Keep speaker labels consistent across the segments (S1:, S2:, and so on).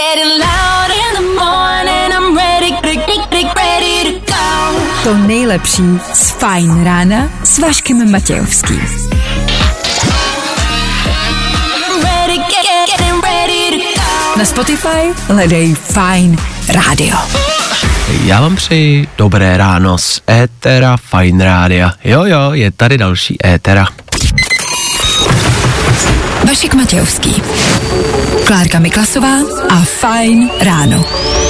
S1: To nejlepší z Fajn rána s Vaškem Matějovským. Na Spotify hledej Fajn rádio.
S2: Já vám přeji dobré ráno z étera Fajn rádia. Jo, je tady další étera.
S1: Vašek Matějovský, Klárka Miklasová a Fajn ráno.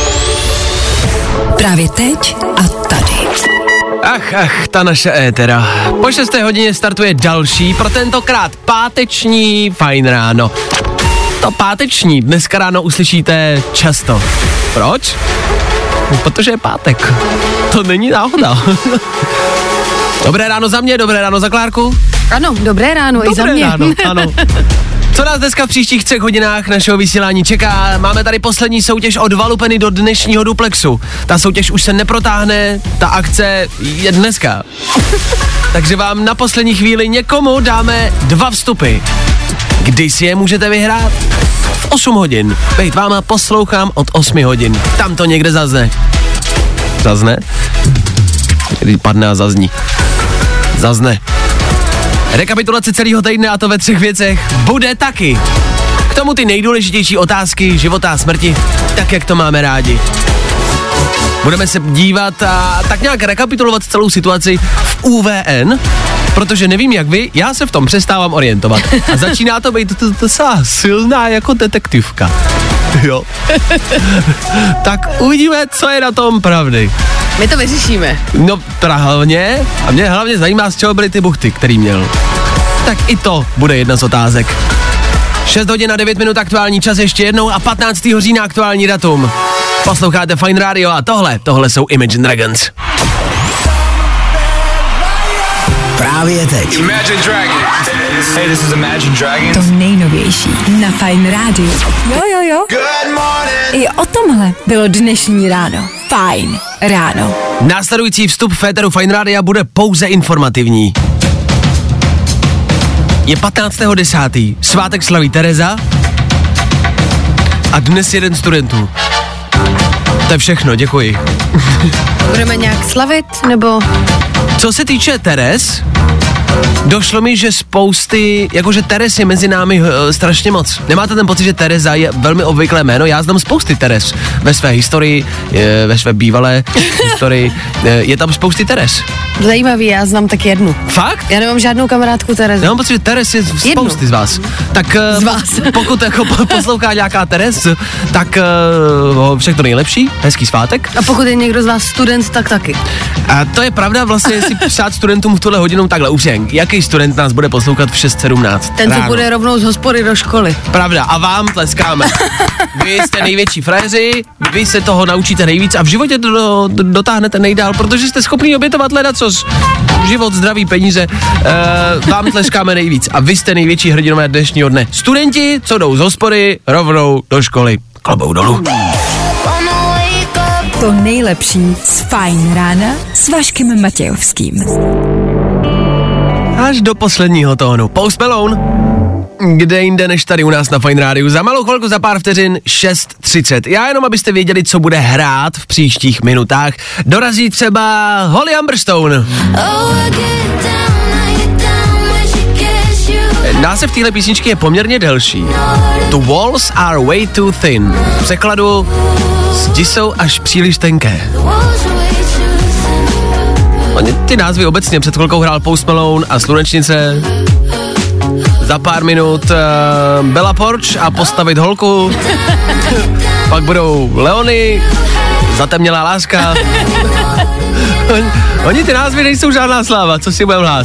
S1: Právě teď a tady.
S2: Ach, ta naše étera. Po 6. hodině startuje další, pro tentokrát páteční Fajn ráno. To páteční dneska ráno uslyšíte často. Proč? Protože je pátek. To není náhoda. Dobré ráno za mě, dobré ráno za Klárku.
S3: Ano, dobré ráno i za mě.
S2: Ráno, ano. Co nás dneska v příštích 3 hodinách našeho vysílání čeká? Máme tady poslední soutěž od Valupeny do dnešního duplexu. Ta soutěž už se neprotáhne, ta akce je dneska. Takže vám na poslední chvíli někomu dáme 2 vstupy. Kdy si je můžete vyhrát? V 8 hodin. Bejt váma poslouchám od 8 hodin. Tam to někde zazne. Zazne? Když padne a zazní. Zazne. Rekapitulace celého týdne, a to ve 3 věcech, bude taky. K tomu ty nejdůležitější otázky života a smrti, tak jak to máme rádi. Budeme se dívat a tak nějak rekapitulovat celou situaci v UVN, protože nevím jak vy, já se v tom přestávám orientovat. A začíná to být silná jako detektivka. Jo. Tak uvidíme, co je na tom pravdy.
S3: My to vyřešíme.
S2: No hlavně, a mě hlavně zajímá, z čeho byly ty buchty, který měl. Tak i to bude jedna z otázek. 6 hodin a 9 minut aktuální čas ještě jednou a 15. října aktuální datum. Posloucháte Fajn rádio a tohle jsou Imagine Dragons.
S4: Právě teď.
S5: Imagine Dragons. Hey, this is Imagine Dragons.
S1: To nejnovější na Fajn rádiu. Jo.
S5: Good morning.
S1: I o tomhle bylo dnešní ráno. Fajn ráno.
S2: Následující vstup v éteru Fajn rádia bude pouze informativní. Je 15.10. Svátek slaví Tereza a dnes jeden studentů. To je všechno, děkuji.
S3: Budeme nějak slavit, nebo...
S2: Co se týče Teres, došlo mi, že spousty, jakože Teres je mezi námi strašně moc. Nemáte ten pocit, že Tereza je velmi obvyklé jméno? Já znám spousty Teres ve své historii, ve své bývalé historii. Je tam spousty Teres.
S3: Zajímavý, já znám tak jednu.
S2: Fakt?
S3: Já nemám žádnou kamarádku Terezu.
S2: Já mám pocit, že Teres je spousty z vás. Tak
S3: z vás.
S2: Pokud jako poslouchá nějaká Teres, tak všechno nejlepší, hezký svátek.
S3: A pokud je někdo z vás student, tak taky.
S2: A to je pravda, vlastně si přát studentům v tuhle hodinu takhle upřen. Jaký student nás bude poslouchat v 6:17?
S3: Ten, co bude rovnou z hospody do školy.
S2: Pravda, a vám tleskáme. Vy jste největší frajeři, vy se toho naučíte nejvíc a v životě dotáhnete nejdál, protože jste schopný obětovat ledacos. Život, zdraví, peníze, vám tleskáme nejvíc a vy jste největší hrdinové dnešního dne. Studenti, co jdou z hospody, rovnou do školy. Klobouk dolů.
S1: To nejlepší z Fajn rána s Vaškem Matějovským.
S2: Až do posledního tónu. Post Malone. Kde jinde než tady u nás na Fajn rádiu. Za malou chvilku, za pár vteřin 6:30. Já jenom, abyste věděli, co bude hrát v příštích minutách. Dorazí třeba Holly Humberstone. Název téhle písničky je poměrně delší. The walls are way too thin. V překladu zdi jsou až příliš tenké. Oni ty názvy obecně, před chvilkou hrál Post Malone a Slunečnice. Za pár minut Bella Poarch a Postavit holku. Pak budou Leony, Zatemnělá láska. Oni ty názvy nejsou žádná sláva, co si budeme hlát.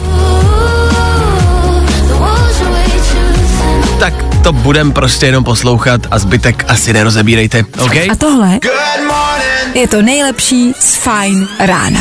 S2: Tak to budem prostě jenom poslouchat a zbytek asi nerozebírejte, OK?
S1: A tohle je to nejlepší z Fajn rána.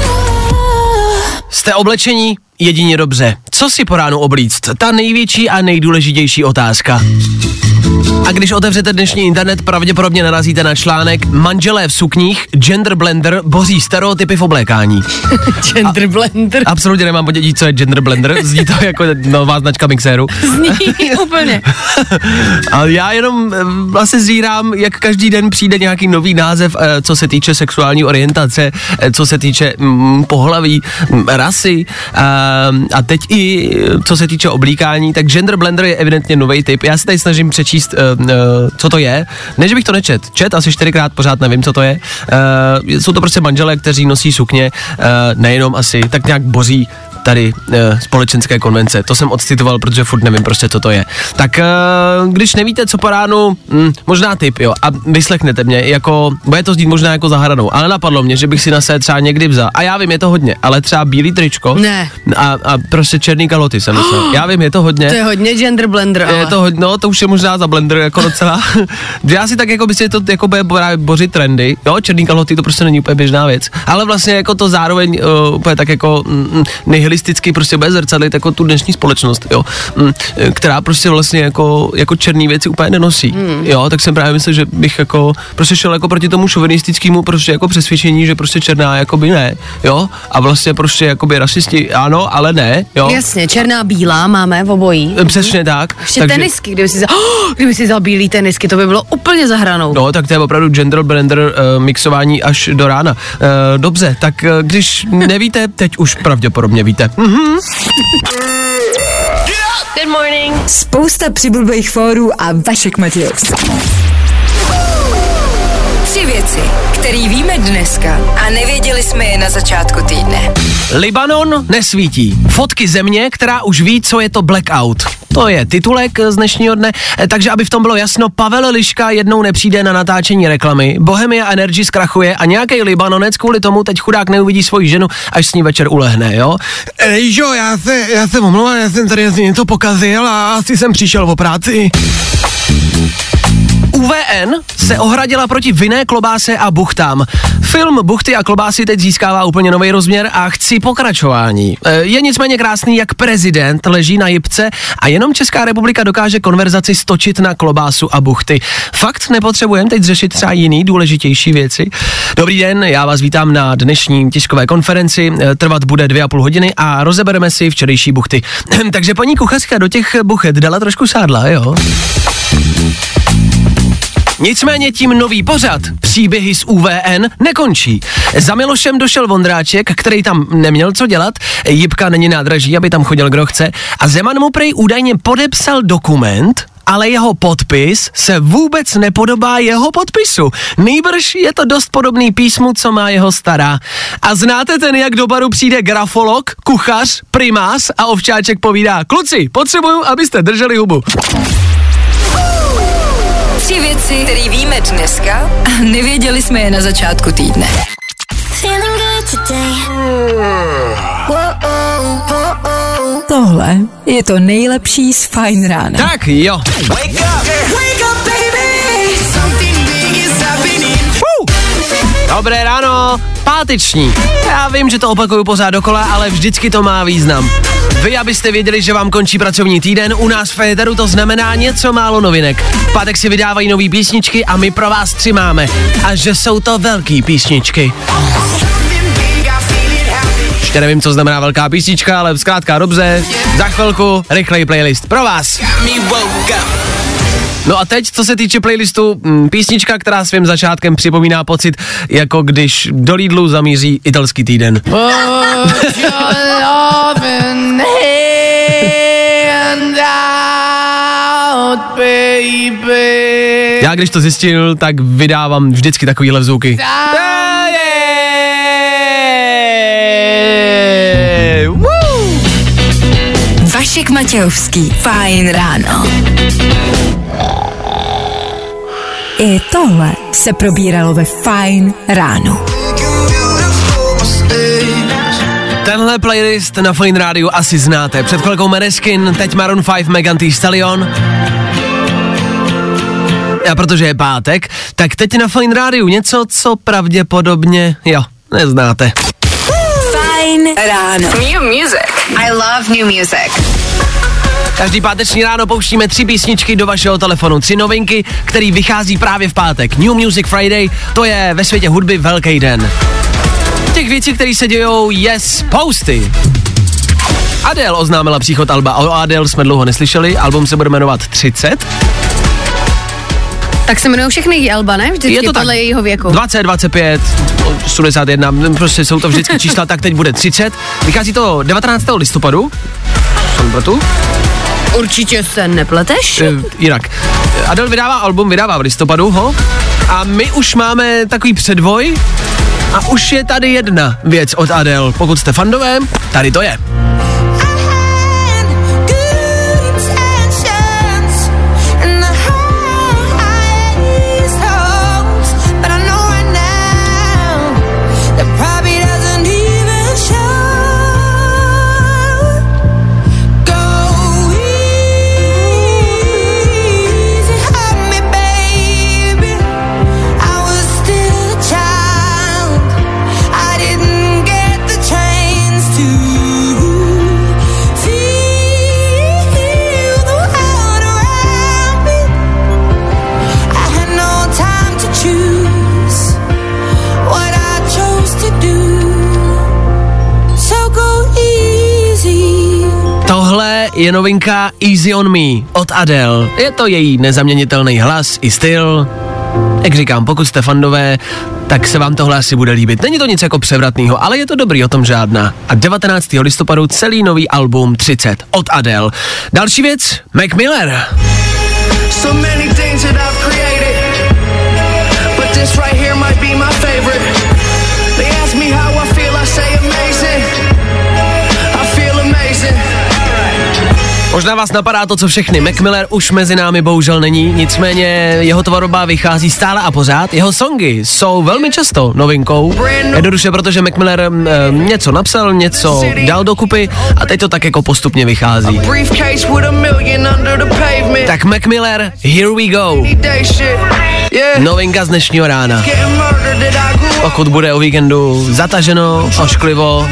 S2: Jste oblečení? Jedině dobře. Co si po ránu oblíct? Ta největší a nejdůležitější otázka. A když otevřete dnešní internet, pravděpodobně narazíte na článek Manželé v sukních, gender blender boří stereotypy v oblékání.
S3: Gender blender.
S2: Absolutně nemám ponětí, co je gender blender, zní to jako nová značka mixéru.
S3: Zní úplně.
S2: A já jenom vlastně zírám, jak každý den přijde nějaký nový název, co se týče sexuální orientace, co se týče pohlaví, rasy a teď i co se týče oblíkání, tak gender blender je evidentně nový typ. Já se tady snažím přečíst, co to je. Ne, že bych to čet asi 4krát, pořád nevím, co to je. Jsou to prostě manželé, kteří nosí sukně, nejenom asi, tak nějak boří tady společenské konvence. To jsem odcitoval, protože furt nevím prostě, co to je. Tak když nevíte, co po ránu, možná tip, jo, a vyslechnete mě, jako, bude to znít možná jako za hranou, ale napadlo mě, že bych si na sebe třeba někdy vzal. A já vím, je to hodně, ale třeba bílý tričko.
S3: Ne.
S2: A prostě černý kalhoty jsem myslel. Já vím, je to hodně.
S3: To je hodně gender blender, ale.
S2: Je to hodně, no, to už je možná za blender, jako docela. Já si tak jako by si to jako bude bořit trendy, jo, černý kalhoty to prostě není úplně běžná věc, ale vlastně jako to zároveň úplně tak jako nihilisticky prostě bude zrcadlit jako tu dnešní společnost, jo, která prostě vlastně jako černý věci úplně nenosí, jo, tak jsem právě myslel, že bych jako prostě šel jako proti tomu šovinistickému prostě jako přesvědčení, že prostě černá jakoby ne, jo, a vlastně prostě jakoby rasisti ano, ale ne, jo.
S3: Jasně, černá, bílá máme v obojí.
S2: Přesně tak.
S3: Ještě
S2: takže
S3: tenisky, kdyby si vzal bílý tenisky, to by bylo úplně za hranou.
S2: No, tak to je opravdu gender blender mixování až do rána. Dobře, tak když nevíte, teď už pravděpodobně víte.
S3: Good morning.
S1: Spousta přibulbých fórů a Vašek Matějovský. 3 věci, které víme dneska a nevěděli jsme je na začátku týdne.
S2: Libanon nesvítí. Fotky země, která už ví, co je to blackout. To je titulek z dnešního dne, takže aby v tom bylo jasno, Pavel Liška jednou nepřijde na natáčení reklamy, Bohemia Energy zkrachuje a nějaký Libanonec kvůli tomu teď chudák neuvidí svoji ženu, až s ní večer ulehne, jo? Jo, já se omlouvám, já jsem tady asi něco pokazil a asi jsem přišel o práci. UVN se ohradila proti vinné klobáse a buchtám. Film Buchty a klobásy teď získává úplně nový rozměr a chci pokračování. Je nicméně krásný, jak prezident leží na jipce a jenom Česká republika dokáže konverzaci stočit na klobásu a buchty. Fakt nepotřebujeme teď řešit třeba jiný důležitější věci. Dobrý den, já vás vítám na dnešní tiskové konferenci. Trvat bude 2,5 hodiny a rozebereme si včerejší buchty. Takže paní kuchařka do těch buchet dala trošku sádla, jo? Nicméně tím nový pořad Příběhy z UVN nekončí. Za Milošem došel Vondráček, který tam neměl co dělat, jipka není nádraží, aby tam chodil kdo chce, a Zeman mu prej údajně podepsal dokument, ale jeho podpis se vůbec nepodobá jeho podpisu. Nýbrž je to dost podobný písmu, co má jeho stará. A znáte ten, jak do baru přijde grafolog, kuchař, primás a ovčáček povídá: kluci, potřebuju, abyste drželi hubu.
S1: 3 věci, které víme dneska a nevěděli jsme je na začátku týdne. Tohle je to nejlepší z Fajn rána.
S2: Tak jo. Dobré ráno, páteční. Já vím, že to opakuju pořád dokola, ale vždycky to má význam. Vy, abyste věděli, že vám končí pracovní týden, u nás v Féteru to znamená něco málo novinek. V pátek si vydávají nový písničky a my pro vás 3 máme. A že jsou to velký písničky. Ještě nevím, co znamená velká písnička, ale zkrátka dobře. Za chvilku rychlej playlist pro vás. No a teď, co se týče playlistu, písnička, která svým začátkem připomíná pocit, jako když do Lidlu zamíří italský týden. Já když to zjistil, tak vydávám vždycky takovýhle vzůky.
S1: Vašek Matějovský, Fajn ráno. I tohle se probíralo ve Fajn ráno.
S2: Tenhle playlist na Fajn rádiu asi znáte. Před chvilkou Maneskin, teď Maroon 5, Megan Thee Stallion. A protože je pátek, tak teď na Fajn rádiu něco, co pravděpodobně, neznáte.
S1: Fajn ráno.
S6: New music. I love new music.
S2: Každý páteční ráno pouštíme 3 písničky do vašeho telefonu, 3 novinky, který vychází právě v pátek. New Music Friday, to je ve světě hudby velký den. Těch věcí, které se dějou, je spousty. Adele oznámila příchod alba. O Adele jsme dlouho neslyšeli, album se bude jmenovat 30.
S3: Tak se jmenují všechny její alba, ne? Vždycky
S2: Je to
S3: podle
S2: tak.
S3: jejího věku.
S2: 20, 25, 61, prostě jsou to vždycky čísla, tak teď bude 30. Vychází to 19. listopadu.
S3: Určitě se nepleteš?
S2: Jinak. Adele vydává v listopadu, a my už máme takový předvoj a už je tady jedna věc od Adele. Pokud jste fandové, tady to je. Je novinka Easy on Me od Adele. Je to její nezaměnitelný hlas i styl. Jak říkám, pokud jste fandové, tak se vám tohle asi bude líbit. Není to nic jako převratného, ale je to dobrý, o tom žádná. A 19. listopadu celý nový album 30 od Adele. Další věc, Mac Miller. So many things that I've created, but this right here might be my favorite. They ask me how I feel, I say amazing. I feel amazing. Možná vás napadá to, co všechny. Mac Miller už mezi námi bohužel není, nicméně jeho tvorba vychází stále a pořád. Jeho songy jsou velmi často novinkou. Jednoduše, protože Mac Miller něco napsal, něco dal dokupy a teď to tak jako postupně vychází. Tak Mac Miller, Here We Go. Novinka z dnešního rána. Pokud bude o víkendu zataženo, ošklivo,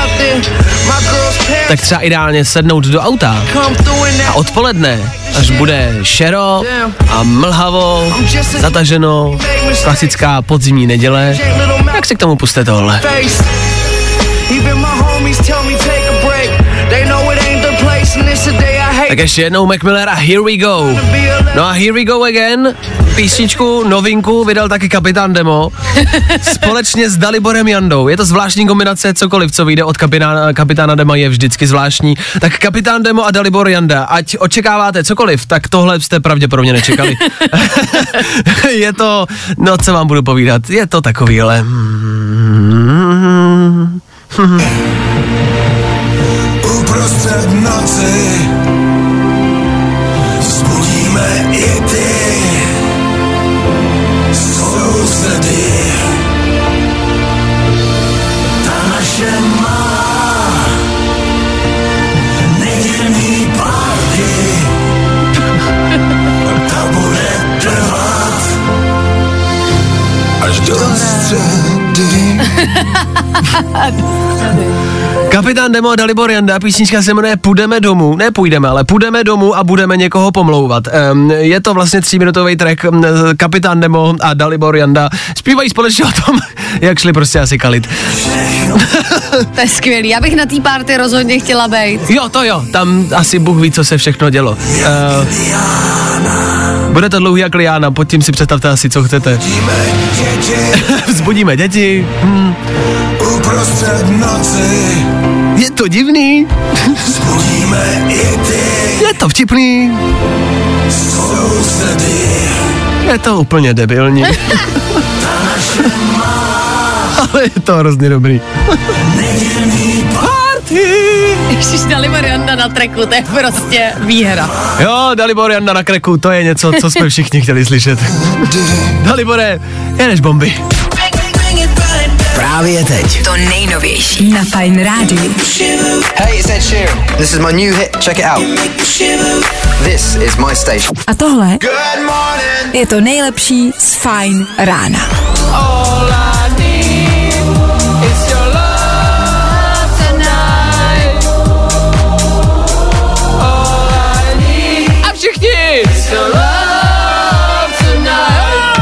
S2: tak třeba ideálně sednout do auta a odpoledne, až bude šero a mlhavo, zataženo, klasická podzimní neděle, tak si k tomu puste tohle. Tak ještě jednou Mac Miller a Here We Go. No a Here We Go Again, písničku, novinku vydal taky Kapitán Demo společně s Daliborem Jandou. Je to zvláštní kombinace, cokoliv, co vyjde od Kapitána Dema je vždycky zvláštní. Tak Kapitán Demo a Dalibor Janda, ať očekáváte cokoliv, tak tohle jste pravděpodobně nečekali. Je to, no co vám budu povídat, je to takovýhle.
S6: Uprostřed noci vzbudíme i ty sousedy. Ta naše má nedělný party, ta bude trvat až do středy.
S2: Kapitán Demo a Dalibor Janda, písnička se jmenuje Půjdeme domů, ne půjdeme, ale půjdeme domů a budeme někoho pomlouvat. Je to vlastně 3minutový track, Kapitán Demo a Dalibor Janda zpívají společně o tom, jak šli prostě asi kalit.
S3: To je skvělý, já bych na té party rozhodně chtěla být.
S2: Jo, to jo, tam asi Bůh ví, co se všechno dělo. Bude to dlouhý jak liána, pod tím si představte asi, co chcete. Vzbudíme děti.
S6: Uprostřed noci
S2: je to divný.
S6: vzbudíme i ty
S2: Je to vtipný.
S6: sousedy.
S2: Je to úplně debilní. Ale je to hrozně dobrý. Party!
S3: Ježiš, Dalibor Janda na treku, to je prostě výhra.
S2: Jo, Dalibor Janda na kreku, to je něco, co jsme všichni chtěli slyšet. Dalibore, jedeš bomby.
S4: Právě teď.
S1: To nejnovější na Fajn rádiu.
S7: Hey, it's Ed Sheeran. This is my new hit. Check it out. This is my station.
S1: A tohle je to nejlepší z Fajn rána.
S2: your love tonight.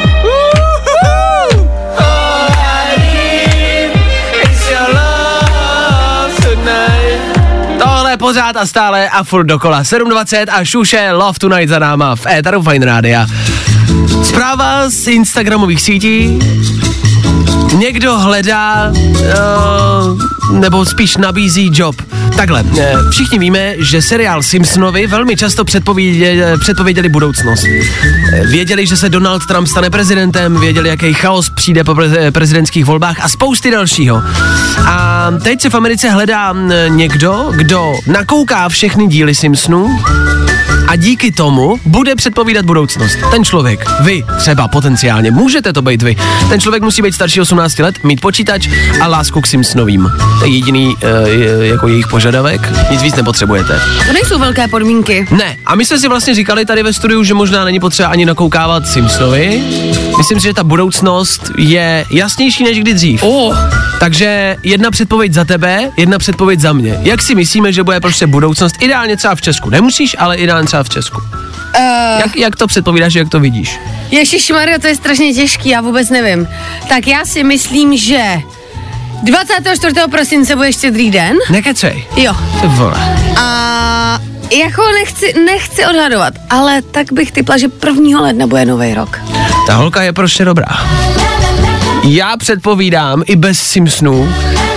S2: All I need is your love tonight. Tohle pořád a stále a furt dokola. 7:20 a Šuše Love Tonight za náma v éteru Fajn Rádia. Zpráva z instagramových sítí. Někdo hledá, nebo spíš nabízí job. Takhle, všichni víme, že seriál Simpsonovi velmi často předpověděli budoucnost. Věděli, že se Donald Trump stane prezidentem, věděli, jaký chaos přijde po prezidentských volbách a spousty dalšího. A teď se v Americe hledá někdo, kdo nakouká všechny díly Simpsonů a díky tomu bude předpovídat budoucnost. Ten člověk, vy třeba potenciálně, můžete to být vy. Ten člověk musí být starší 18 let, mít počítač a lásku k Simpsonovým. To je jediný jako jejich požadavek. Nic víc nepotřebujete.
S3: To nejsou velké podmínky.
S2: Ne. A my jsme si vlastně říkali tady ve studiu, že možná není potřeba ani nakoukávat Simpsonovi. Myslím si, že ta budoucnost je jasnější než kdy dřív. Takže jedna předpověď za tebe, jedna předpověď za mě. Jak si myslíme, že bude prostě budoucnost? Ideálně třeba v Česku. Nemusíš, ale ideálně třeba v Česku. Jak to předpovídáš, jak to vidíš?
S3: Ježišmarja, to je strašně těžký, já vůbec nevím. Tak já si myslím, že 24. prosince bude Štědrý den.
S2: Nekecej.
S3: Jo.
S2: Ty vole.
S3: A jako nechci odhadovat, ale tak bych typla, že 1. ledna bude nový rok.
S2: Ta holka je prostě dobrá. Já předpovídám i bez Simpsonů,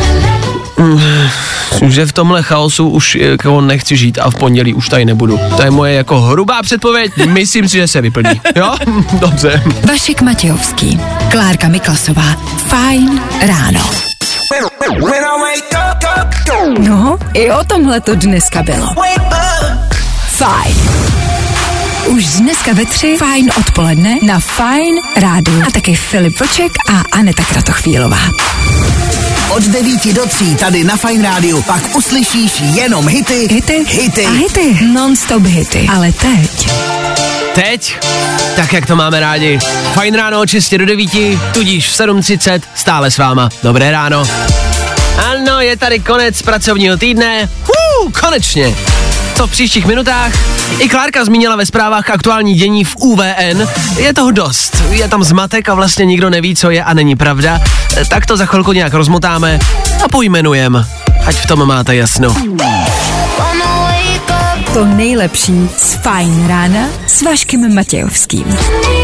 S2: že v tomhle chaosu už jako nechci žít a v pondělí už tady nebudu. To je moje jako hrubá předpověď, myslím si, že se vyplní. Jo? Dobře.
S1: Vašek Matějovský, Klárka Miklasová, Fajn ráno. No, i o tomhle to dneska bylo. Fajn. Už dneska ve 3 Fajn odpoledne na Fajn rádiu. A taky Filip Vlček a Aneta Kratochvílová.
S4: Od 9 do 3 tady na Fajn rádiu pak uslyšíš jenom hity.
S1: Hity. A hity. Non-stop hity. Ale teď,
S2: tak jak to máme rádi. Fajn ráno od 6 do 9, tudíž v 7:30, stále s váma. Dobré ráno. Ano, je tady konec pracovního týdne. Konečně. Co v příštích minutách? I Klárka zmínila ve zprávách aktuální dění v UVN. Je toho dost. Je tam zmatek a vlastně nikdo neví, co je a není pravda. Tak to za chvilku nějak rozmotáme a pojmenujeme. Ať v tom máte jasno.
S1: to nejlepší z Fajn rána s Vaškem Matějovským.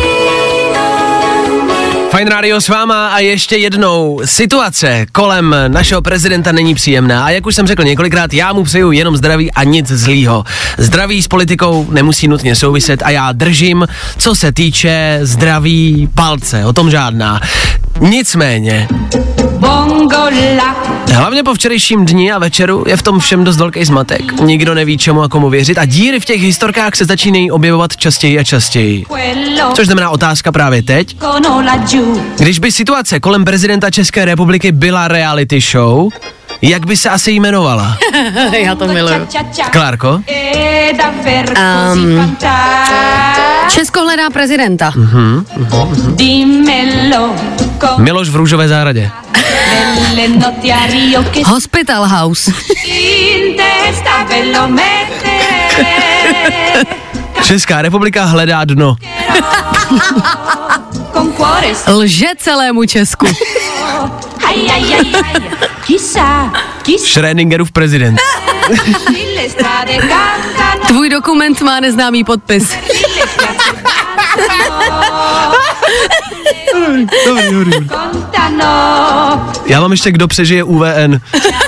S2: Fajn rádio s váma a ještě jednou. Situace kolem našeho prezidenta není příjemná a jak už jsem řekl několikrát, já mu přeju jenom zdraví a nic zlýho. Zdraví s politikou nemusí nutně souviset a já držím, co se týče zdraví, palce, o tom žádná. Nicméně, hlavně po včerejším dni a večeru je v tom všem dost velký zmatek. Nikdo neví, čemu a komu věřit a díry v těch historkách se začínají objevovat častěji a častěji. Což znamená otázka právě teď. Když by situace kolem prezidenta České republiky byla reality show, jak by se asi jmenovala?
S3: Já to miluju.
S2: Klárko?
S3: Česko hledá prezidenta.
S2: Miloš v růžové zahradě.
S3: Hospital House.
S2: Česká republika hledá dno.
S3: Lže celému Česku.
S2: Schrödingerův prezident.
S3: Tvůj dokument má neznámý podpis.
S2: Já mám ještě kdo přežije UVN.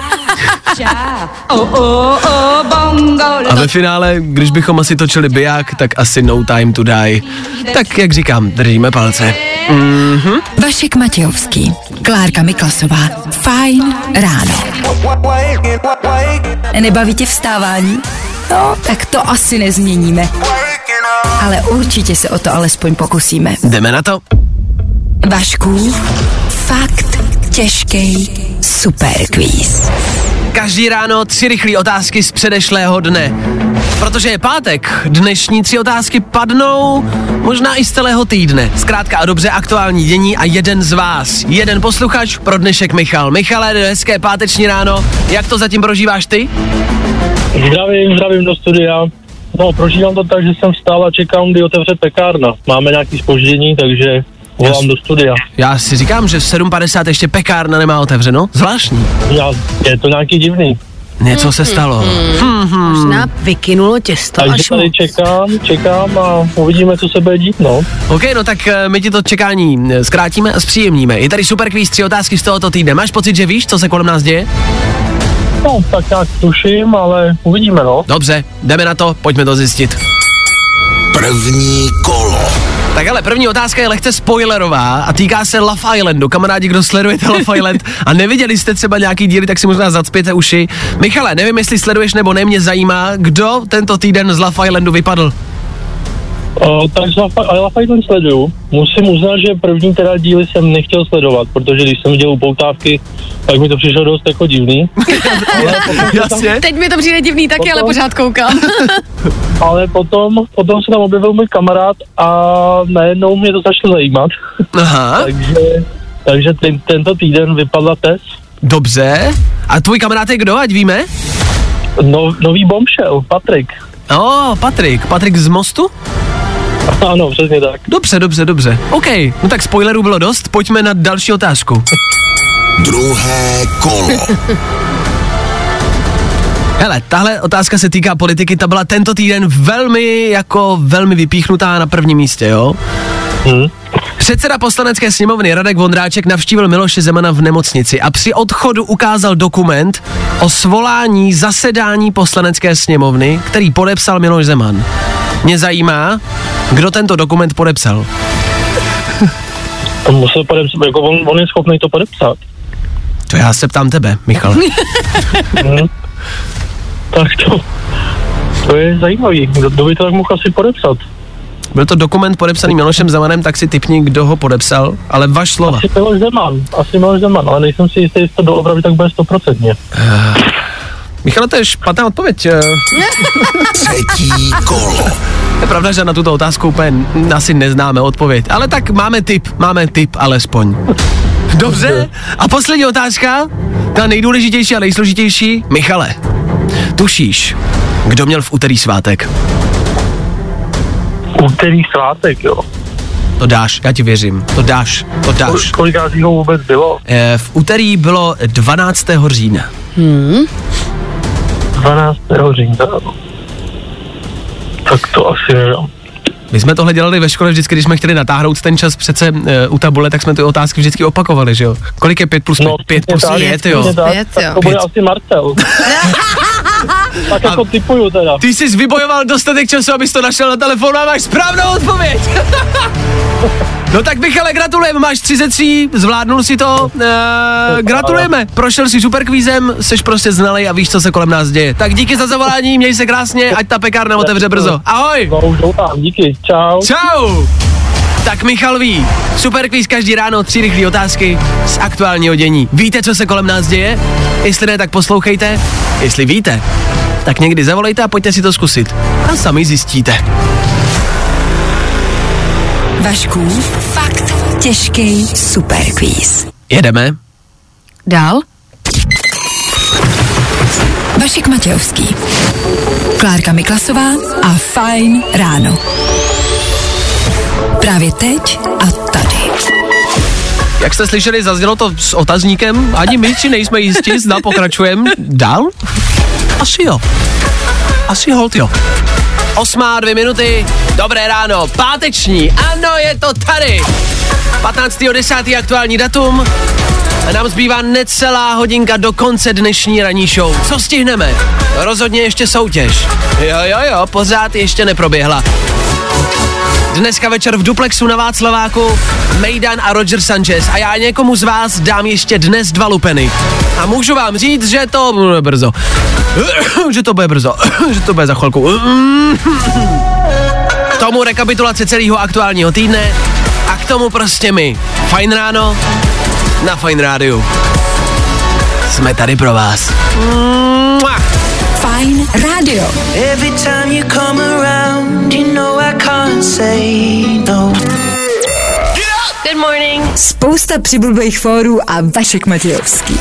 S2: A ve finále, když bychom asi točili biják, tak asi no time to die. Tak jak říkám, držíme palce.
S1: Vašek Matějovský, Klárka Miklasová, Fajn ráno. Nebaví tě vstávání? No, tak to asi nezměníme. Ale určitě se o to alespoň pokusíme.
S2: Jdeme na to.
S1: Vašku, fakt těžký superquiz.
S2: Každý ráno 3 rychlé otázky z předešlého dne. Protože je pátek, dnešní 3 otázky padnou možná i z celého týdne. Zkrátka a dobře aktuální dění a jeden z vás, jeden posluchač pro dnešek Michal. Michale, hezké páteční ráno, jak to zatím prožíváš ty?
S8: Zdravím do studia. No, prožívám to tak, že jsem vstál a čekám, kdy otevře pekárna. Máme nějaký zpoždění, takže volám do studia.
S2: Já si říkám, že v 7:50 ještě pekárna nemá otevřeno. Zvláštní.
S8: Je to nějaký divný.
S2: Něco se stalo.
S3: Možná vykynulo těsto
S8: takže
S3: až
S8: tady
S3: moc.
S8: čekám a uvidíme, co se bude dít, no.
S2: OK, no tak my ti to čekání zkrátíme a zpříjemníme. Je tady super kvíz, 3 otázky z tohoto týdne. Máš pocit, že víš, co se kolem nás děje?
S8: No, tak nějak tuším, ale uvidíme, no.
S2: Dobře, jdeme na to, pojďme to zjistit.
S6: První kolo.
S2: Tak ale první otázka je lehce spoilerová a týká se Love Islandu. Kamarádi, kdo sledujete Love Island a neviděli jste třeba nějaký díly, tak si možná zacpěte uši. Michale, nevím, jestli sleduješ nebo ne, mě zajímá, kdo tento týden z Love Islandu vypadl.
S8: Tak Love Island sleduju. Musím uznat, že první teda díly jsem nechtěl sledovat, protože když jsem viděl upoutávky, tak mi to přišlo dost jako divný.
S2: Jasně.
S3: Teď mi to přijde divný taky, ale pořád koukám.
S8: Ale potom se tam objevil můj kamarád a najednou mě to začalo zajímat.
S2: Aha.
S8: takže tento týden vypadla Tess.
S2: Dobře. A tvůj kamarád je kdo, ať víme?
S8: Nový bombshell, Patrik.
S2: Patrik z Mostu?
S8: Ano, přesně tak.
S2: Dobře. OK, no tak spoilerů bylo dost, pojďme na další otázku.
S6: Druhé kolo.
S2: Hele, tahle otázka se týká politiky, ta byla tento týden velmi vypíchnutá na prvním místě, jo? Předseda poslanecké sněmovny Radek Vondráček navštívil Miloše Zemana v nemocnici a při odchodu ukázal dokument o svolání zasedání poslanecké sněmovny, který podepsal Miloš Zeman. Mě zajímá, kdo tento dokument podepsal.
S8: To musel podepsat, jako on je schopný to podepsat.
S2: To já se ptám tebe, Michal.
S8: Tak to je zajímavý. Kdo by to tak mohl asi podepsat?
S2: Byl to dokument podepsaný Milošem Zemanem, tak si tipni, kdo ho podepsal, ale vaš slova.
S8: Asi Miloš Zeman, ale nejsem si jistý, jestli to doopravdy tak bude 100%.
S2: Michal, to je špatná odpověď.
S6: Třetí kolo.
S2: Je pravda, že na tuto otázku úplně asi neznáme odpověď, ale tak máme tip alespoň. Dobře, a poslední otázka, ta nejdůležitější a nejsložitější. Michale, tušíš, kdo měl v úterý svátek?
S8: Úterý svátek, jo.
S2: To dáš, já ti věřím, to dáš.
S8: Kolikátý ho vůbec bylo?
S2: V úterý bylo 12. října.
S8: 12. října. Tak to asi nevím.
S2: My jsme tohle dělali ve škole vždycky, když jsme chtěli natáhnout ten čas přece u tabule, tak jsme ty otázky vždycky opakovali, že jo? Kolik je 5 plus 5?
S8: No,
S2: 5 plus 5, jo.
S8: To bude asi Marcel. Tak jako tipuju teda.
S2: Ty jsi vybojoval dostatek času, abys to našel na telefonu a máš správnou odpověď. No tak Michale, gratulujeme, máš 33, zvládnul si to, gratulujeme, prošel si super kvízem, jsi prostě znalej a víš, co se kolem nás děje. Tak díky za zavolání, měj se krásně, ať ta pekárna otevře brzo. Ahoj.
S8: No už doufám, díky, čau.
S2: Čau. Tak Michal ví, super kvíz každý ráno, 3 rychlé otázky z aktuálního dění. Víte, co se kolem nás děje? Jestli ne, tak poslouchejte. Jestli víte, tak někdy zavolejte a pojďte si to zkusit. A sami zjistíte.
S1: Vaškův fakt těžký superkvíz.
S2: Jedeme.
S3: Dál?
S1: Vašek Matějovský, Klárka Miklasová a Fajn ráno. Právě teď a tady.
S2: Jak jste slyšeli, zaznělo to s otazníkem. Ani my si nejsme jistí, zda pokračujeme dál? Asi jo. Asi holt jo. 8:02 minuty, dobré ráno, páteční, ano, je to tady. 15.10. aktuální datum a nám zbývá necelá hodinka do konce dnešní ranní show. Co stihneme? Rozhodně ještě soutěž. Jo, pořád ještě neproběhla. Dneska večer v Duplexu na Václaváku Mejdan a Roger Sanchez a já někomu z vás dám ještě dnes 2 lupeny. A můžu vám říct, že to bude brzo. Že to bude za chvilku. K tomu rekapitulace celého aktuálního týdne a k tomu prostě my. Fajn ráno na Fajn rádiu. Jsme tady pro vás.
S1: Fajn rádio.
S9: Every time you come around, you know I can't say no.
S3: Good morning.
S1: Spousta přibulbých fórů a Vašek Matějovský.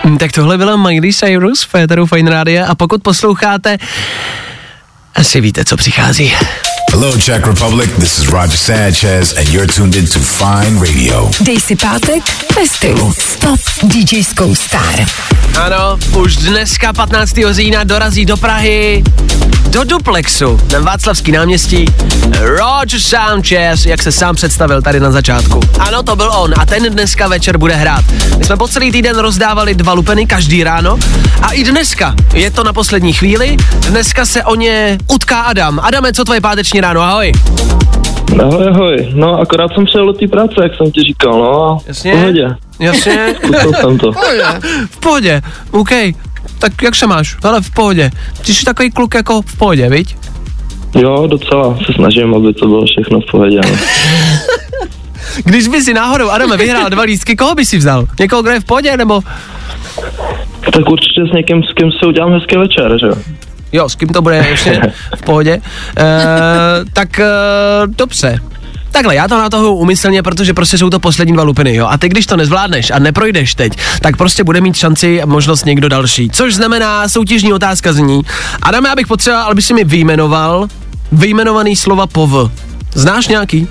S2: Tak tohle byla Miley Cyrus v éteru Fajn Rádia a pokud posloucháte, asi víte, co přichází.
S6: Hello, Czech Republic. This is Roger Sanchez and you're tuned in to Fine Radio.
S1: Dej si pátek ve stylu Stop DJskou Star.
S2: Ano, už dneska 15. října dorazí do Prahy, do Duplexu, na Václavský náměstí, Roger Sanchez, jak se sám představil tady na začátku. Ano, to byl on a ten dneska večer bude hrát. My jsme po celý týden rozdávali 2 lupeny každý ráno a i dneska je to na poslední chvíli. Dneska se o ně utká Adam. Adame, co tvoje páteční ráno? Ahoj.
S8: Ahoj. No, akorát jsem přijel do té práce, jak jsem ti říkal, no a
S2: jasně,
S8: v pohodě.
S2: Jasně.
S8: Zkusil jsem to.
S2: V pohodě, OK. Tak jak se máš? Ale v pohodě. Ty jsi takový kluk jako v pohodě, viď?
S8: Jo, docela se snažím, aby to bylo všechno v pohodě. No.
S2: Když by si náhodou, Adame, vyhrál 2 lístky, koho by si vzal? Někoho, kdo je v pohodě, nebo?
S8: Tak určitě s někým, s kým si udělám hezký večer, že jo?
S2: Jo, s kým to bude ještě v pohodě. Dobře. Takhle, já to natahuju úmyslně, protože prostě jsou to poslední 2 lupiny, jo. A ty, když to nezvládneš a neprojdeš teď, tak prostě bude mít šanci a možnost někdo další. Což znamená, soutěžní otázka zní. Adame, já bych potřeboval, aby si mi vyjmenoval vyjmenovaný slova po V. Znáš nějaký?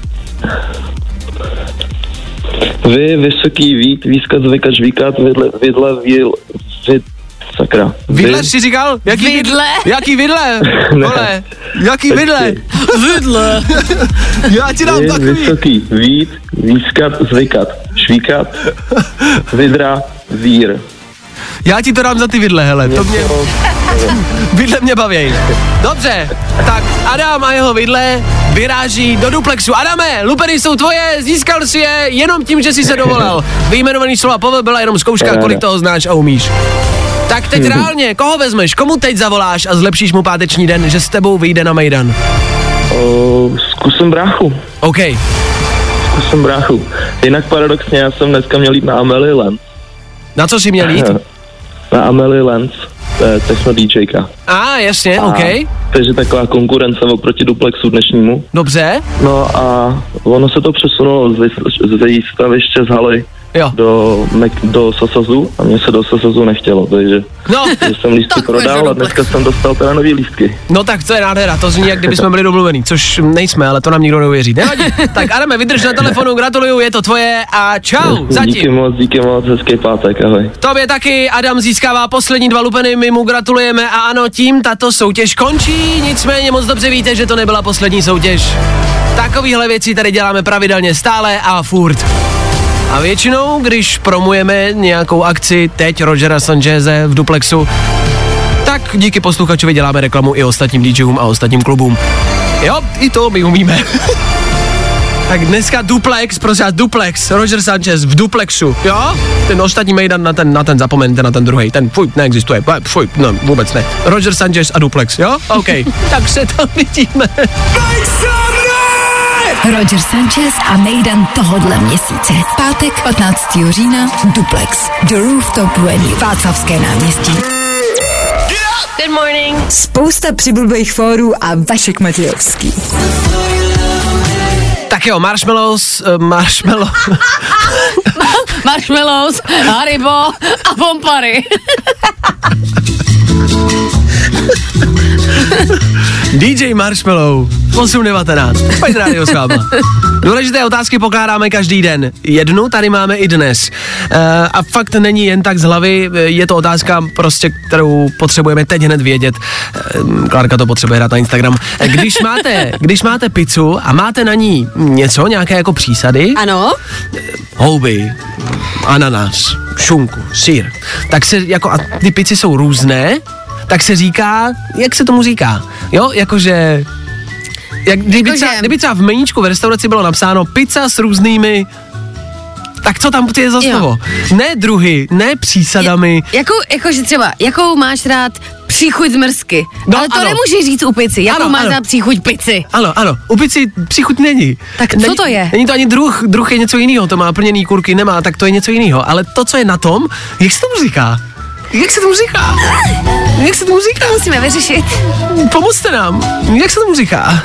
S8: Vysoký, vít, výskat, zvykat, žvíkat, vidle, sakra.
S2: Vidle jsi říkal? Jaký vidle? Jaký vidle? Vole, jaký vidle? Vidle. Já ti dám takový.
S8: Vysoký, vít, výskat, zvykat, švíkat, vidra, vír.
S2: Já ti to dám za ty vidle, hele, to mě... Vidle mě baví. Dobře, tak Adam a jeho vidle vyráží do Duplexu. Adame, lupeny jsou tvoje, získal si je jenom tím, že jsi se dovolal. Vyjmenovaný slova po V byla jenom zkouška, kolik toho znáš a umíš. Tak teď reálně, koho vezmeš, komu teď zavoláš a zlepšíš mu páteční den, že s tebou vyjde na Mejdan?
S8: Zkusím bráchu.
S2: OK.
S8: Zkusím bráchu. Jinak paradoxně, já jsem dneska měl jít na Amelie Lenz.
S2: Na co jsi měl jít?
S8: Na Amelie Lenz, to je techno DJka.
S2: Jasně, OK.
S8: Takže taková konkurence oproti Duplexu dnešnímu.
S2: Dobře.
S8: No a ono se to přesunulo ze výstaviště z haly do Sasazu a mně se do Sasazu nechtělo, takže jsem lístky prodal a dneska jsem dostal teda nový lístky.
S2: No tak to je nádhera, to zní, jak kdyby jsme byli domluvení, což nejsme, ale to nám nikdo neuvěří. Nevadí. Tak Adame, vydrž na telefonu, gratuluju, je to tvoje a čau, zatím.
S8: Díky moc, hezký pátek, ahoj.
S2: Tobě taky, Adam získává poslední 2 lupeny, my mu gratulujeme a ano, tím tato soutěž končí, nicméně moc dobře víte, že to nebyla poslední soutěž. Takovýhle věci tady děláme pravidelně stále a furt. A většinou, když promujeme nějakou akci teď Rogera Sancheze v Duplexu, tak díky posluchačovi děláme reklamu i ostatním DJům a ostatním klubům. Jo, i to my umíme. Tak dneska Duplex, prosím, Duplex, Roger Sanchez v Duplexu, jo? Ten ostatní Mejdan na ten zapomeňte, na ten druhý, ten neexistuje, no, vůbec ne. Roger Sanchez a Duplex, jo? OK, tak se tam vidíme.
S1: Roger Sanchez a Mejdan tohodle měsíce. Pátek 15. října Duplex. The Rooftop Venue. Václavské náměstí.
S3: Good morning.
S1: Spousta přibulbých fórů a Vašek Matějovský.
S2: Tak jo, Marshmallows,
S3: Haribo a Bompary.
S2: DJ Marshmallow 8:19. Fajn rádio s váma. Důležité otázky pokládáme každý den. Jednu tady máme i dnes. A fakt není jen tak z hlavy, je to otázka prostě, kterou potřebujeme teď hned vědět. Klárka to potřebuje hrát na Instagram. Když máte pizzu a máte na ní něco, nějaké jako přísady.
S3: Ano.
S2: Houby, ananas, šunku, sýr. Tak se jako, a ty pizzy jsou různé, tak se říká, jak se tomu říká? Jo, jakože... Kdyby třeba v meníčku v restauraci bylo napsáno pizza s různými... Tak co tam je za slovo? Ne druhy, ne přísadami.
S3: Jakože třeba, jakou máš rád příchuť z mrzky. No, ale to nemůžeš říct u pici. Jakou máš rád příchuť pici?
S2: Ano, u pici příchuť není.
S3: Tak co to je?
S2: Není to ani druh je něco jiného, to má plněný kurky, nemá, tak to je něco jiného. Ale to, co je na tom, jak se tomu říká? Jak se tomu říká? Jak se tomu říká?
S3: To musíme vyřešit.
S2: Pomozte nám. Jak se tomu říká?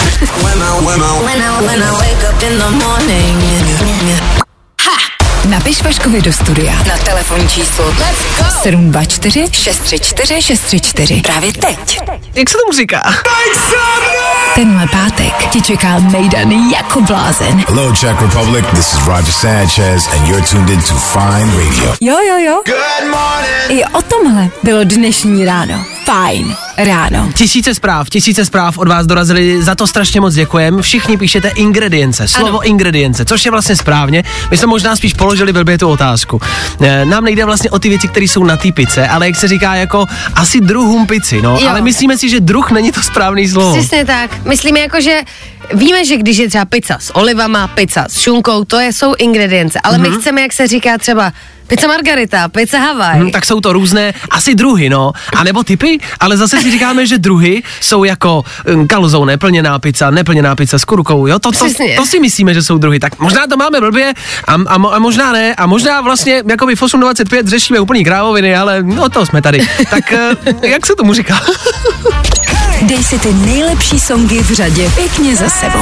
S1: Napiš Vaškovi do studia na telefonní číslo 724 634 634. Právě teď.
S2: Jak se tomu říká?
S1: Tenhle pátek ti čeká mejdan jako blázen.
S6: Hello, Czech Republic. This is Roger Sanchez and you're tuned in to Fine Radio.
S1: Jo. Good morning. I o tomhle bylo dnešní ráno. Fajn ráno.
S2: Tisíce zpráv od vás dorazily, za to strašně moc děkujem. Všichni píšete ingredience, slovo ingredience, což je vlastně správně. My jsme možná spíš položili blbě tu otázku. Nám nejde vlastně o ty věci, které jsou na té pice, ale jak se říká jako asi druhům pici, no. Ale myslíme si, že druh není to správný slovo.
S3: Přesně tak. Myslíme jako, že víme, že když je třeba pizza s olivama, pizza s šunkou, to jsou ingredience, ale my chceme, jak se říká třeba pizza margarita, pizza Hawaii.
S2: Tak jsou to různé asi druhy, no. A nebo typy, ale zase si říkáme, že druhy jsou jako calzone, plněná pizza s kurkou, jo. To si myslíme, že jsou druhy. Tak možná to máme blbě a možná ne. A možná vlastně jakoby v 8.25 řešíme úplný krávoviny, ale o to jsme tady. Tak jak se tomu říká?
S1: Dej si ty nejlepší songy v řadě pěkně za sebou.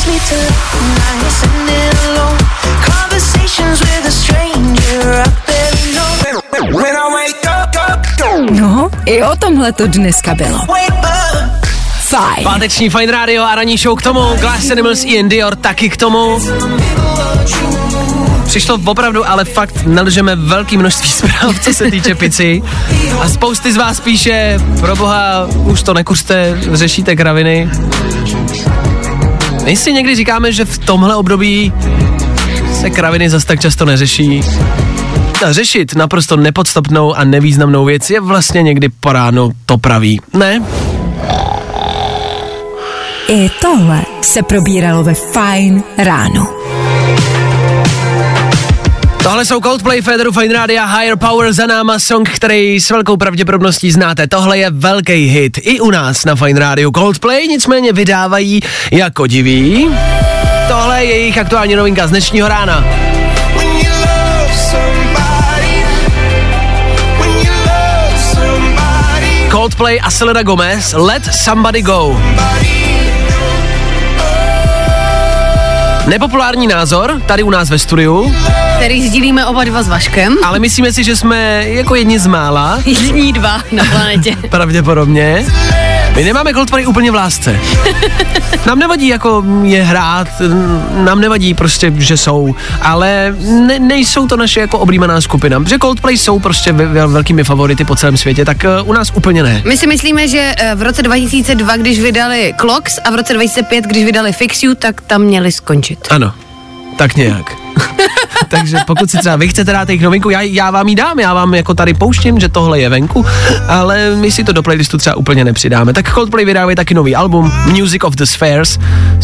S1: No, i o tomhle to dneska bylo. Fajn.
S2: Páteční Fine Radio a ranní show k tomu, Glass Animals, Ian Dior taky k tomu. Přišlo opravdu, ale fakt nelžeme velké množství zpráv, co se týče pici. A spousty z vás píše, proboha, už to nekuřte, řešíte kraviny. My si někdy říkáme, že v tomhle období se kraviny zas tak často neřeší. A řešit naprosto nepodstatnou a nevýznamnou věc je vlastně někdy po ránu to pravý, ne?
S1: I tohle se probíralo ve Fajn ráno.
S2: Tohle jsou Coldplay, Federu Fine Radio, Higher Power za náma, song, který s velkou pravděpodobností znáte. Tohle je velký hit i u nás na Fine Radio. Coldplay nicméně vydávají jako diví. Tohle je jejich aktuální novinka z dnešního rána. Coldplay a Selena Gomez, Let Somebody Go. Nepopulární názor tady u nás ve studiu,
S3: který sdílíme oba dva s Vaškem.
S2: ale myslíme si, že jsme jako jedni z mála.
S3: Jediní dva na planetě.
S2: Pravděpodobně. My nemáme Coldplay úplně v lásce. Nám nevadí jako je hrát, nám nevadí prostě, že jsou, ale nejsou to naše jako oblíbená skupina, protože Coldplay jsou prostě velkými favority po celém světě, tak u nás úplně ne.
S3: My si myslíme, že v roce 2002, když vydali Clocks a v roce 2005, když vydali Fix You, tak tam měli skončit.
S2: Ano, tak nějak. Takže pokud si třeba vy chcete dát jejich novinku, já vám ji dám, já vám jako tady pouštím, že tohle je venku, ale my si to do playlistu třeba úplně nepřidáme. Tak Coldplay vydávají taky nový album Music of the Spheres.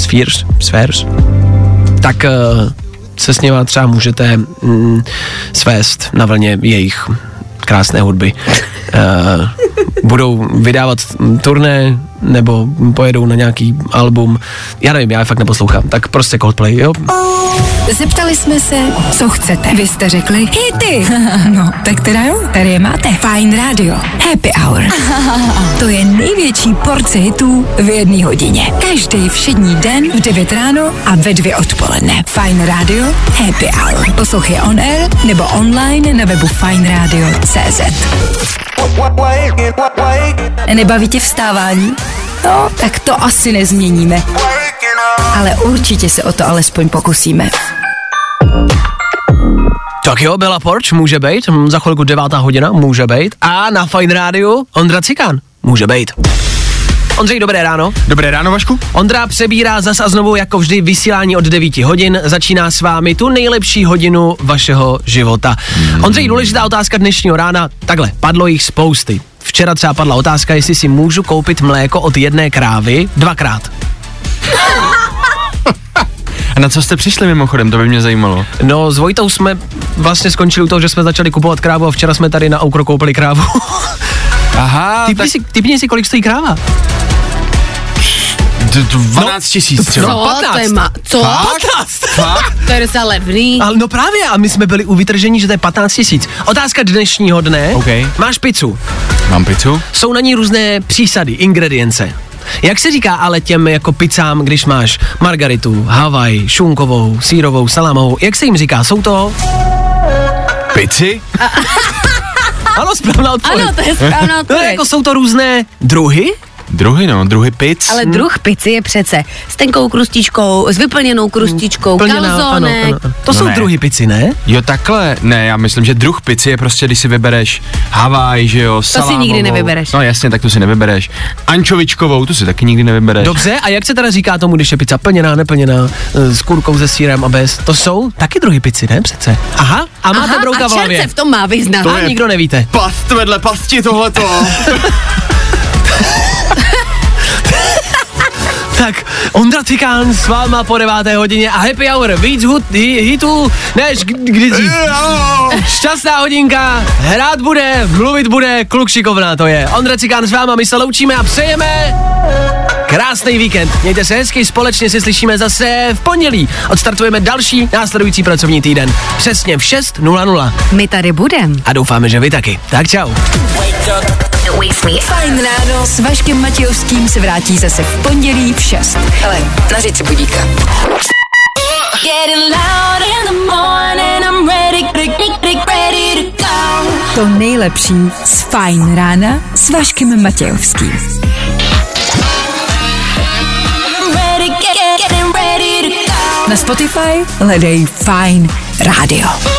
S2: Tak se s něma třeba můžete svést na vlně jejich krásné hudby. Budou vydávat turné nebo pojedou na nějaký album. Já nevím, já je fakt neposlouchám. Tak prostě Coldplay, jo?
S1: Zeptali jsme se, co chcete. Vy jste řekli hity. No, tak teda jo, tady je máte. Fine Radio, Happy Hour. To je největší porce hitů v 1 hodině. Každý všední den v 9 ráno a ve 2 odpoledne. Fine Radio, Happy Hour. Poslouchej on air nebo online na webu fineradio.cz. Nebaví tě vstávání? No, tak to asi nezměníme. Ale určitě se o to alespoň pokusíme.
S2: Tak jo, Bella Porch může být, za chvilku 9. hodina může být a na Fine Radio Ondra Cikán může být. Ondřej, dobré ráno.
S10: Dobré ráno, Vašku.
S2: Ondra přebírá zas a znovu jako vždy vysílání od 9 hodin. Začíná s vámi tu nejlepší hodinu vašeho života. Ondřej, důležitá otázka dnešního rána. Takhle, padlo jich spousty. Včera třeba padla otázka, jestli si můžu koupit mléko od jedné krávy 2krát.
S10: A na co jste přišli mimochodem, to by mě zajímalo.
S2: No, s Vojtou jsme vlastně skončili u toho, že jsme začali kupovat krávu a včera jsme tady na Aukro koupili krávu.
S10: Aha,
S2: Typni si, kolik stojí kráva.
S10: 12 000 třeba.
S3: No,
S2: 15.
S3: to je co?
S2: 15.
S3: Fakt? To je docela levný.
S2: Ale no právě, a my jsme byli u vytržení, že to je 15 000. Otázka dnešního dne.
S10: Okay.
S2: Máš pizzu.
S10: Mám pizzu.
S2: Jsou na ní různé přísady, ingredience. Jak se říká ale těm jako pizzám, když máš margaritu, Hawaii, šunkovou, sýrovou, salámovou, jak se jim říká? Jsou to
S10: Pici?
S2: Ano, správná odpověď.
S3: Ano, to je správná odpověď.
S2: No, jako jsou to různé druhy?
S10: Druhy pic.
S3: Ale druh pici je přece s tenkou krustičkou, s vyplněnou krustičkou, kalzónek.
S2: Ano. To jsou druhy pici, ne?
S10: Jo, takhle. Ne, já myslím, že druh pici je prostě, když si vybereš Havaj, že jo, salámovou.
S3: To si nikdy nevybereš.
S10: No jasně, tak to si nevybereš. Ančovičkovou, tu si taky nikdy nevybereš.
S2: Dobře, a jak se teda říká tomu, když je pizza plněná, neplněná, s kurkou, se sýrem a bez? To jsou taky druhy pici, ne přece? Aha, a máte brouka v hlavě.
S3: A čert se v tom má vyznat.
S2: To nikdo nevíte.
S10: Past vedle pasti tohleto.
S2: Tak, Ondra Cikán s váma po 9. hodině a happy hour, víc hitů, než kdy dřív. Šťastná hodinka, hrát bude, mluvit bude, kluk šikovná to je. Ondra Cikán s váma, my se loučíme a přejeme krásný víkend. Mějte se hezky, společně se slyšíme zase v pondělí. Odstartujeme další následující pracovní týden. Přesně v 6:00.
S1: My tady budem.
S2: A doufáme, že vy taky. Tak čau.
S1: Fajn ráno s Vaškem Matějovským se vrátí zase v pondělí v 6. Hele, nařiď si budíka. To nejlepší z Fajn rána s Vaškem Matějovským. Na Spotify hledej Fajn rádio.